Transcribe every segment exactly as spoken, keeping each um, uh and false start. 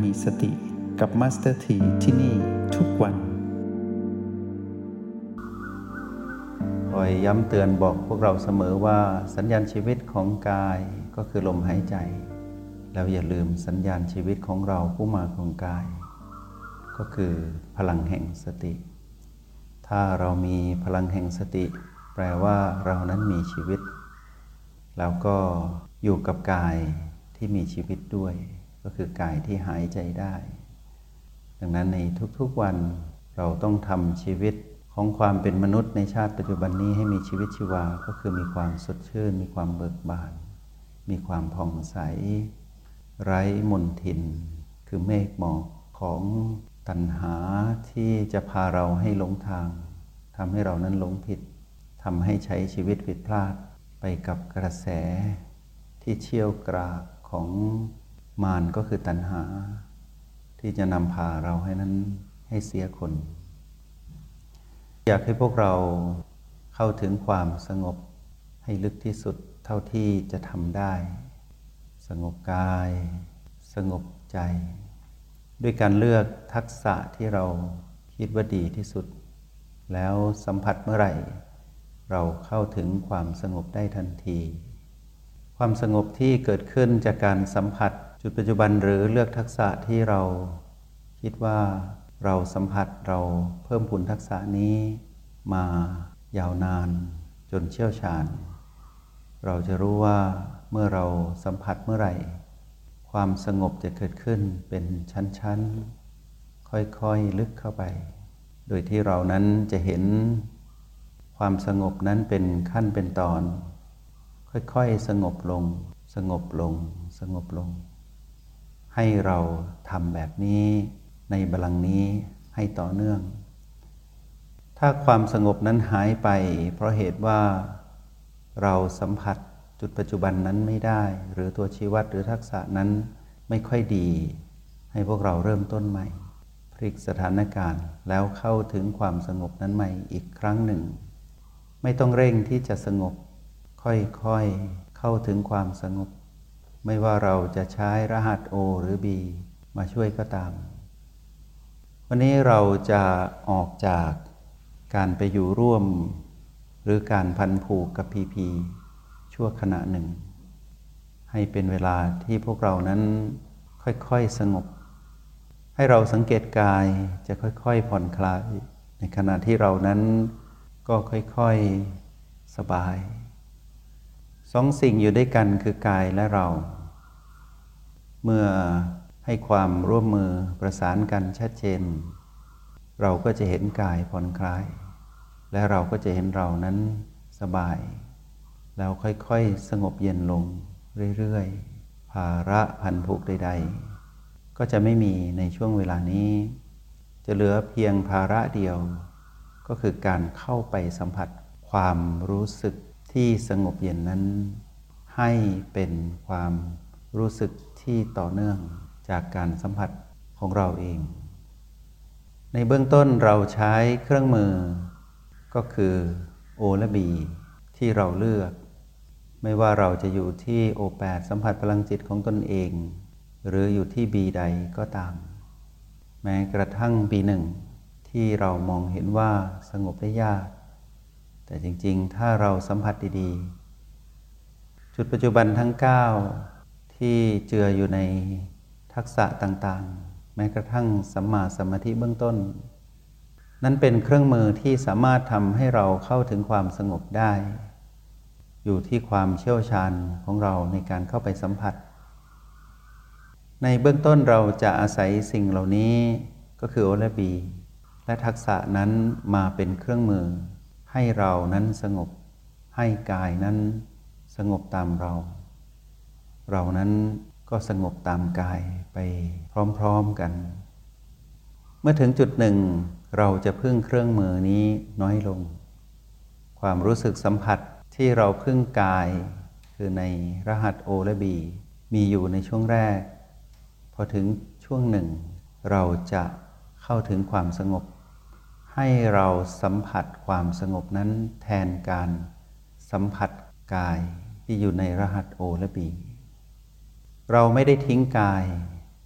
มีสติกับมาสเตอร์ทีที่นี่ทุกวันคอยย้ำเตือนบอกพวกเราเสมอว่าสัญญาณชีวิตของกายก็คือลมหายใจแล้วอย่าลืมสัญญาณชีวิตของเราผู้มาของกายก็คือพลังแห่งสติถ้าเรามีพลังแห่งสติแปลว่าเรานั้นมีชีวิตแล้วก็อยู่กับกายที่มีชีวิตด้วยก็คือกายที่หายใจได้ดังนั้นในทุกๆวันเราต้องทำชีวิตของความเป็นมนุษย์ในชาติปัจจุบันนี้ให้มีชีวิตชีวาก็คือมีความสดชื่นมีความเบิกบานมีความผ่องใสไร้มลทินคือเมฆหมอกของตัณหาที่จะพาเราให้หลงทางทำให้เรานั้นหลงผิดทำให้ใช้ชีวิตผิดพลาดไปกับกระแสที่เชี่ยวกรากของมารก็คือตัณหาที่จะนำพาเราให้นั้นให้เสียคนอยากให้พวกเราเข้าถึงความสงบให้ลึกที่สุดเท่าที่จะทำได้สงบกายสงบใจด้วยการเลือกทักษะที่เราคิดว่าดีที่สุดแล้วสัมผัสเมื่อไหร่เราเข้าถึงความสงบได้ทันทีความสงบที่เกิดขึ้นจากการสัมผัสจุดปัจจุบันหรือเลือกทักษะที่เราคิดว่าเราสัมผัสเราเพิ่มพูนทักษะนี้มายาวนานจนเชี่ยวชาญเราจะรู้ว่าเมื่อเราสัมผัสเมื่อไหร่ความสงบจะเกิดขึ้นเป็นชั้นๆค่อยๆลึกเข้าไปโดยที่เรานั้นจะเห็นความสงบนั้นเป็นขั้นเป็นตอนค่อยๆสงบลงสงบลงสงบลงให้เราทำแบบนี้ในบัลลังก์นี้ให้ต่อเนื่องถ้าความสงบนั้นหายไปเพราะเหตุว่าเราสัมผัสจุดปัจจุบันนั้นไม่ได้หรือตัวชี้วัดหรือทักษะนั้นไม่ค่อยดีให้พวกเราเริ่มต้นใหม่พลิกสถานการณ์แล้วเข้าถึงความสงบนั้นใหม่อีกครั้งหนึ่งไม่ต้องเร่งที่จะสงบค่อยๆเข้าถึงความสงบไม่ว่าเราจะใช้รหัส O หรือ B มาช่วยก็ตามวันนี้เราจะออกจากการไปอยู่ร่วมหรือการพันผูกกับพีพีชั่วขณะหนึ่งให้เป็นเวลาที่พวกเรานั้นค่อยๆสงบให้เราสังเกตกายจะค่อยๆผ่อนคลายในขณะที่เรานั้นก็ค่อยๆสบายสองสิ่งอยู่ด้วยกันคือกายและเราเมื่อให้ความร่วมมือประสานกันชัดเจนเราก็จะเห็นกายผ่อนคลายและเราก็จะเห็นเรานั้นสบายแล้วค่อยๆสงบเย็นลงเรื่อยๆภาระพันผูกใดๆก็จะไม่มีในช่วงเวลานี้จะเหลือเพียงภาระเดียวก็คือการเข้าไปสัมผัสความรู้สึกที่สงบเย็นนั้นให้เป็นความรู้สึกที่ต่อเนื่องจากการสัมผัสของเราเองในเบื้องต้นเราใช้เครื่องมือก็คือ O และ B ที่เราเลือกไม่ว่าเราจะอยู่ที่ โอ แปด สัมผัสพลังจิตของตนเองหรืออยู่ที่ B ใดก็ตามแม้กระทั่ง บี หนึ่ง ที่เรามองเห็นว่าสงบได้ยากแต่จริงๆถ้าเราสัมผัสดีๆจุดปัจจุบันทั้งเก้าที่เจืออยู่ในทักษะต่างๆแม้กระทั่งสัมมาสมาธิเบื้องต้นนั้นเป็นเครื่องมือที่สามารถทำให้เราเข้าถึงความสงบได้อยู่ที่ความเชี่ยวชาญของเราในการเข้าไปสัมผัสในเบื้องต้นเราจะอาศัยสิ่งเหล่านี้ก็คือ O และ B และทักษะนั้นมาเป็นเครื่องมือให้เรานั้นสงบให้กายนั้นสงบตามเราเรานั้นก็สงบตามกายไปพร้อมๆกันเมื่อถึงจุดหนึ่งเราจะพึ่งเครื่องมือนี้น้อยลงความรู้สึกสัมผัสที่เราพึ่งกายคือในรหัส O และ B มีอยู่ในช่วงแรกพอถึงช่วงหนึ่งเราจะเข้าถึงความสงบให้เราสัมผัสความสงบนั้นแทนการสัมผัสกายที่อยู่ในรหัส O และ B เราไม่ได้ทิ้งกายแ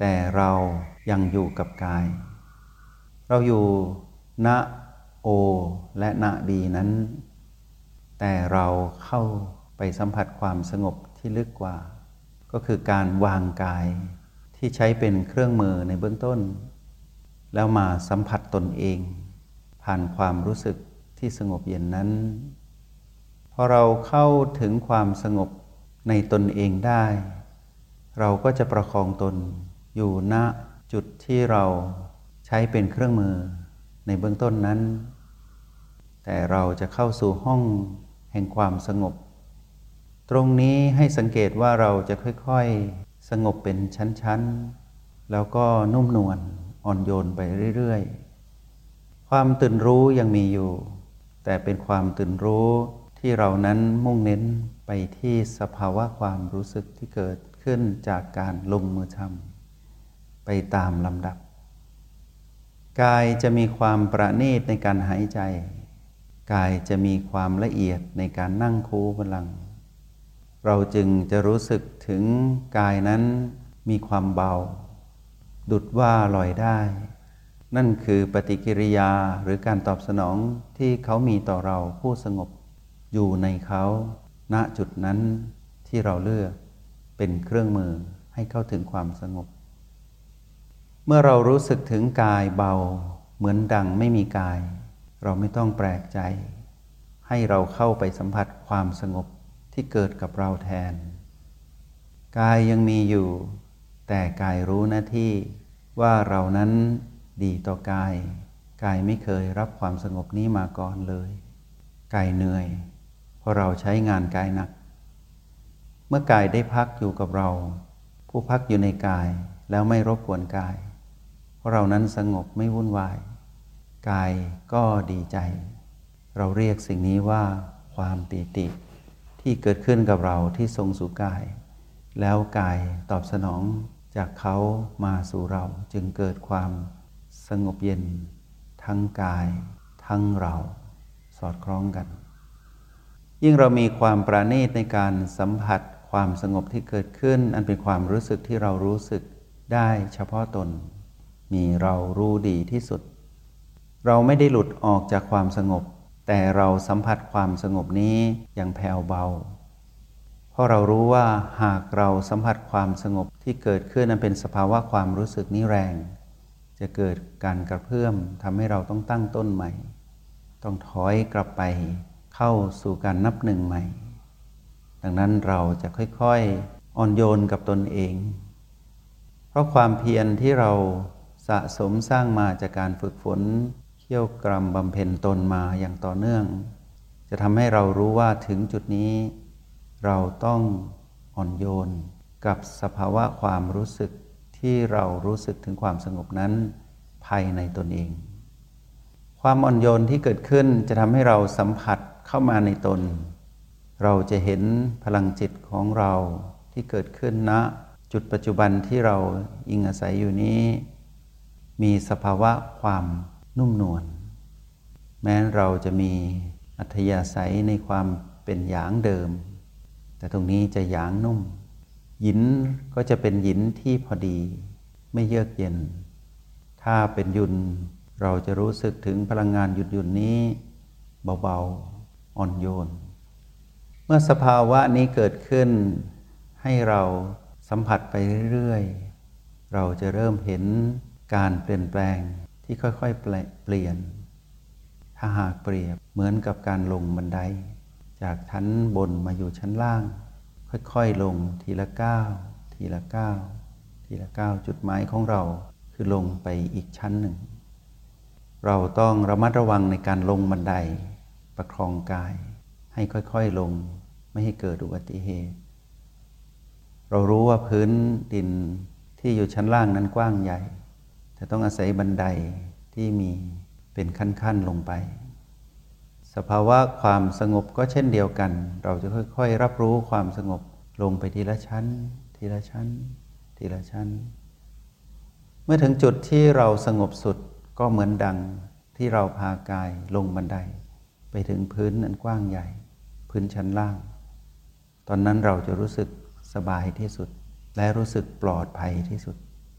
แต่เรายังอยู่กับกายเราอยู่ณโอและณบีนั้นแต่เราเข้าไปสัมผัสความสงบที่ลึกกว่าก็คือการวางกายที่ใช้เป็นเครื่องมือในเบื้องต้นแล้วมาสัมผัสตนเองผ่านความรู้สึกที่สงบเย็นนั้นพอเราเข้าถึงความสงบในตนเองได้เราก็จะประคองตนอยู่ณจุดที่เราใช้เป็นเครื่องมือในเบื้องต้นนั้นแต่เราจะเข้าสู่ห้องแห่งความสงบตรงนี้ให้สังเกตว่าเราจะค่อยๆสงบเป็นชั้นๆแล้วก็นุ่มนวลอ่อนโยนไปเรื่อยๆความตื่นรู้ยังมีอยู่แต่เป็นความตื่นรู้ที่เรานั้นมุ่งเน้นไปที่สภาวะความรู้สึกที่เกิดขึ้นจากการลงมือทำไปตามลำดับกายจะมีความประณีตในการหายใจกายจะมีความละเอียดในการนั่งคูบัลลังก์เราจึงจะรู้สึกถึงกายนั้นมีความเบาดุจว่าลอยได้นั่นคือปฏิกิริยาหรือการตอบสนองที่เขามีต่อเราผู้สงบอยู่ในเขาณจุดนั้นที่เราเลือกเป็นเครื่องมือให้เข้าถึงความสงบเมื่อเรารู้สึกถึงกายเบาเหมือนดังไม่มีกายเราไม่ต้องแปลกใจให้เราเข้าไปสัมผัสความสงบที่เกิดกับเราแทนกายยังมีอยู่แต่กายรู้หน้าที่ว่าเรานั้นดีต่อกายกายไม่เคยรับความสงบนี้มาก่อนเลยกายเหนื่อยเพราะเราใช้งานกายหนักเมื่อกายได้พักอยู่กับเราผู้พักอยู่ในกายแล้วไม่รบกวนกายเพราะเรานั้นสงบไม่วุ่นวายกายก็ดีใจเราเรียกสิ่งนี้ว่าความปีติที่เกิดขึ้นกับเราที่ทรงสู่กายแล้วกายตอบสนองจากเขามาสู่เราจึงเกิดความสงบเย็นทั้งกายทั้งเราสอดคล้องกันยิ่งเรามีความประณีตในการสัมผัสความสงบที่เกิดขึ้นอันเป็นความรู้สึกที่เรารู้สึกได้เฉพาะตนมีเรารู้ดีที่สุดเราไม่ได้หลุดออกจากความสงบแต่เราสัมผัสความสงบนี้อย่างแผ่วเบาเพราะเรารู้ว่าหากเราสัมผัสความสงบที่เกิดขึ้นนั้นเป็นสภาวะความรู้สึกนี้แรงจะเกิดการกระเพื่อมทำให้เราต้องตั้งต้นใหม่ต้องถอยกลับไปเข้าสู่การนับหนึ่งใหม่ดังนั้นเราจะค่อยๆอ่อนโยนกับตนเองเพราะความเพียรที่เราสะสมสร้างมาจากการฝึกฝนเขี่ยวกรำบำเพ็ญตนมาอย่างต่อเนื่องจะทำให้เรารู้ว่าถึงจุดนี้เราต้องอ่อนโยนกับสภาวะความรู้สึกที่เรารู้สึกถึงความสงบนั้นภายในตนเองความอ่อนโยนที่เกิดขึ้นจะทำให้เราสัมผัสเข้ามาในตนเราจะเห็นพลังจิตของเราที่เกิดขึ้นณจุดปัจจุบันที่เราอิงอาศัยอยู่นี้มีสภาวะความนุ่มนวลแม้เราจะมีอัธยาศัยในความเป็นหยางเดิมแต่ตรงนี้จะหยางนุ่มหยินก็จะเป็นหยินที่พอดีไม่เยือกเย็นถ้าเป็นยุนเราจะรู้สึกถึงพลังงานหยุดหยุ่นนี้เบาๆอ่อนโยนเมื่อสภาวะนี้เกิดขึ้นให้เราสัมผัสไปเรื่อยๆเราจะเริ่มเห็นการเปลี่ยนแปลงที่ค่อยๆเปลี่ยนถ้าหากเปรียบเหมือนกับการลงบันไดจากชั้นบนมาอยู่ชั้นล่างค่อยๆลงทีละก้าวทีละก้าวทีละก้าวจุดหมายของเราคือลงไปอีกชั้นหนึ่งเราต้องระมัดระวังในการลงบันไดประคองกายให้ค่อยๆลงไม่ให้เกิดอุบัติเหตุเรารู้ว่าพื้นดินที่อยู่ชั้นล่างนั้นกว้างใหญ่แต่ต้องอาศัยบันไดที่มีเป็นขั้นๆลงไปสภาวะความสงบก็เช่นเดียวกันเราจะค่อยๆรับรู้ความสงบลงไปทีละชั้นทีละชั้นทีละชั้นเมื่อถึงจุดที่เราสงบสุดก็เหมือนดังที่เราพากายลงบันไดไปถึงพื้นอันกว้างใหญ่พื้นชั้นล่างตอนนั้นเราจะรู้สึกสบายที่สุดและรู้สึกปลอดภัยที่สุด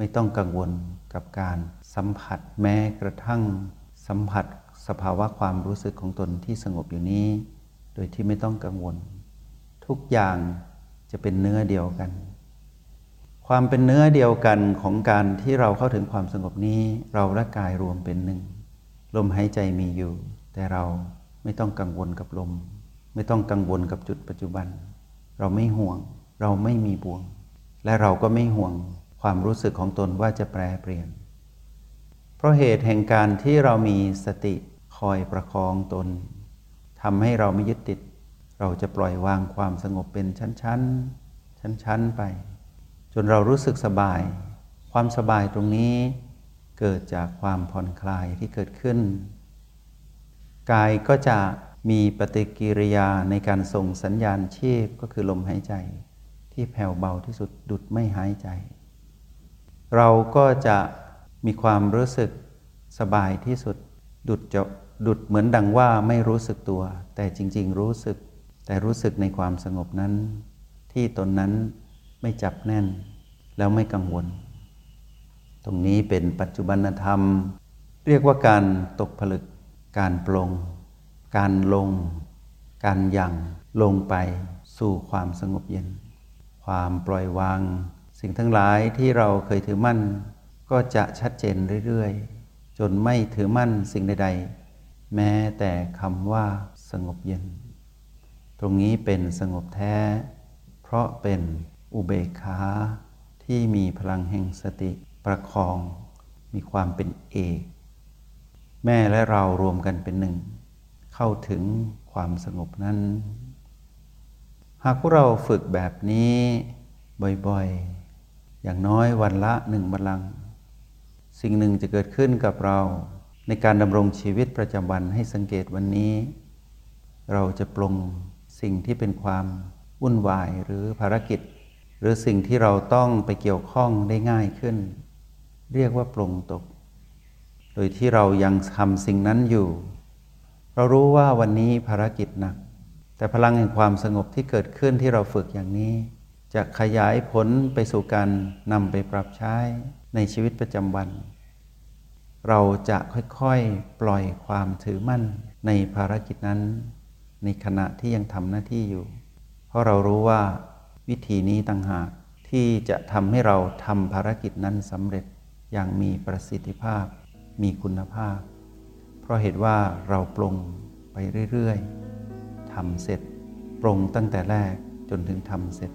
ไม่ต้องกังวลกับการสัมผัสแม้กระทั่งสัมผัสสภาวะความรู้สึกของตนที่สงบอยู่นี้โดยที่ไม่ต้องกังวลทุกอย่างจะเป็นเนื้อเดียวกันความเป็นเนื้อเดียวกันของการที่เราเข้าถึงความสงบนี้เราและกายรวมเป็นหนึ่งลมหายใจมีอยู่แต่เราไม่ต้องกังวลกับลมไม่ต้องกังวลกับจุดปัจจุบันเราไม่ห่วงเราไม่มีบ่วงและเราก็ไม่ห่วงความรู้สึกของตนว่าจะแปรเปลี่ยนเพราะเหตุแห่งการที่เรามีสติคอยประคองตนทำให้เราไม่ยึดติดเราจะปล่อยวางความสงบเป็นชั้นๆชั้นๆไปจนเรารู้สึกสบายความสบายตรงนี้เกิดจากความผ่อนคลายที่เกิดขึ้นกายก็จะมีปฏิกิริยาในการส่งสัญญาณชีพก็คือลมหายใจที่แผ่วเบาที่สุดดุจไม่หายใจเราก็จะมีความรู้สึกสบายที่สุดดุจจะดุจเหมือนดังว่าไม่รู้สึกตัวแต่จริงๆรู้สึกแต่รู้สึกในความสงบนั้นที่ตนนั้นไม่จับแน่นแล้วไม่กังวลตรงนี้เป็นปัจจุบันธรรมเรียกว่าการตกผลึกการปลงการลงการยั่งลงไปสู่ความสงบเย็นความปล่อยวางสิ่งทั้งหลายที่เราเคยถือมั่นก็จะชัดเจนเรื่อยๆจนไม่ถือมั่นสิ่งใดๆแม้แต่คำว่าสงบเย็นตรงนี้เป็นสงบแท้เพราะเป็นอุเบกขาที่มีพลังแห่งสติประคองมีความเป็นเอกแม่และเรารวมกันเป็นหนึ่งเข้าถึงความสงบนั้นหากพวกเราฝึกแบบนี้บ่อยๆอย่างน้อยวันละหนึ่งบัลลังก์สิ่งหนึ่งจะเกิดขึ้นกับเราในการดำรงชีวิตประจำวันให้สังเกตวันนี้เราจะปลงสิ่งที่เป็นความวุ่นวายหรือภารกิจหรือสิ่งที่เราต้องไปเกี่ยวข้องได้ง่ายขึ้นเรียกว่าปลงตกโดยที่เรายังทำสิ่งนั้นอยู่เรารู้ว่าวันนี้ภารกิจหนักแต่พลังแห่งความสงบที่เกิดขึ้นที่เราฝึกอย่างนี้จะขยายผลไปสู่การนำไปปรับใช้ในชีวิตประจำวันเราจะค่อยๆปล่อยความถือมั่นในภารกิจนั้นในขณะที่ยังทำหน้าที่อยู่เพราะเรารู้ว่าวิธีนี้ต่างหากที่จะทำให้เราทำภารกิจนั้นสำเร็จอย่างมีประสิทธิภาพมีคุณภาพเพราะเหตุว่าเราปลงไปเรื่อยๆทำเสร็จปลงตั้งแต่แรกจนถึงทำเสร็จ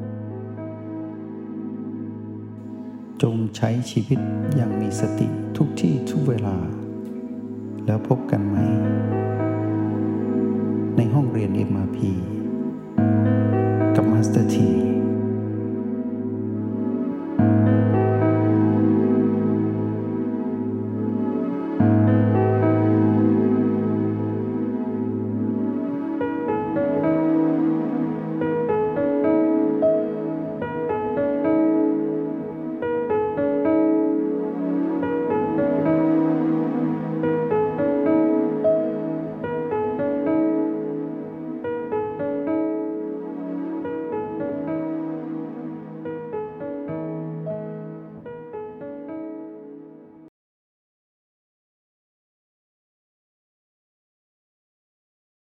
จงใช้ชีวิตอย่างมีสติทุกที่ทุกเวลาแล้วพบกันไหมในห้องเรียน เอ็ม อาร์ พี กับมาสเตอร์ที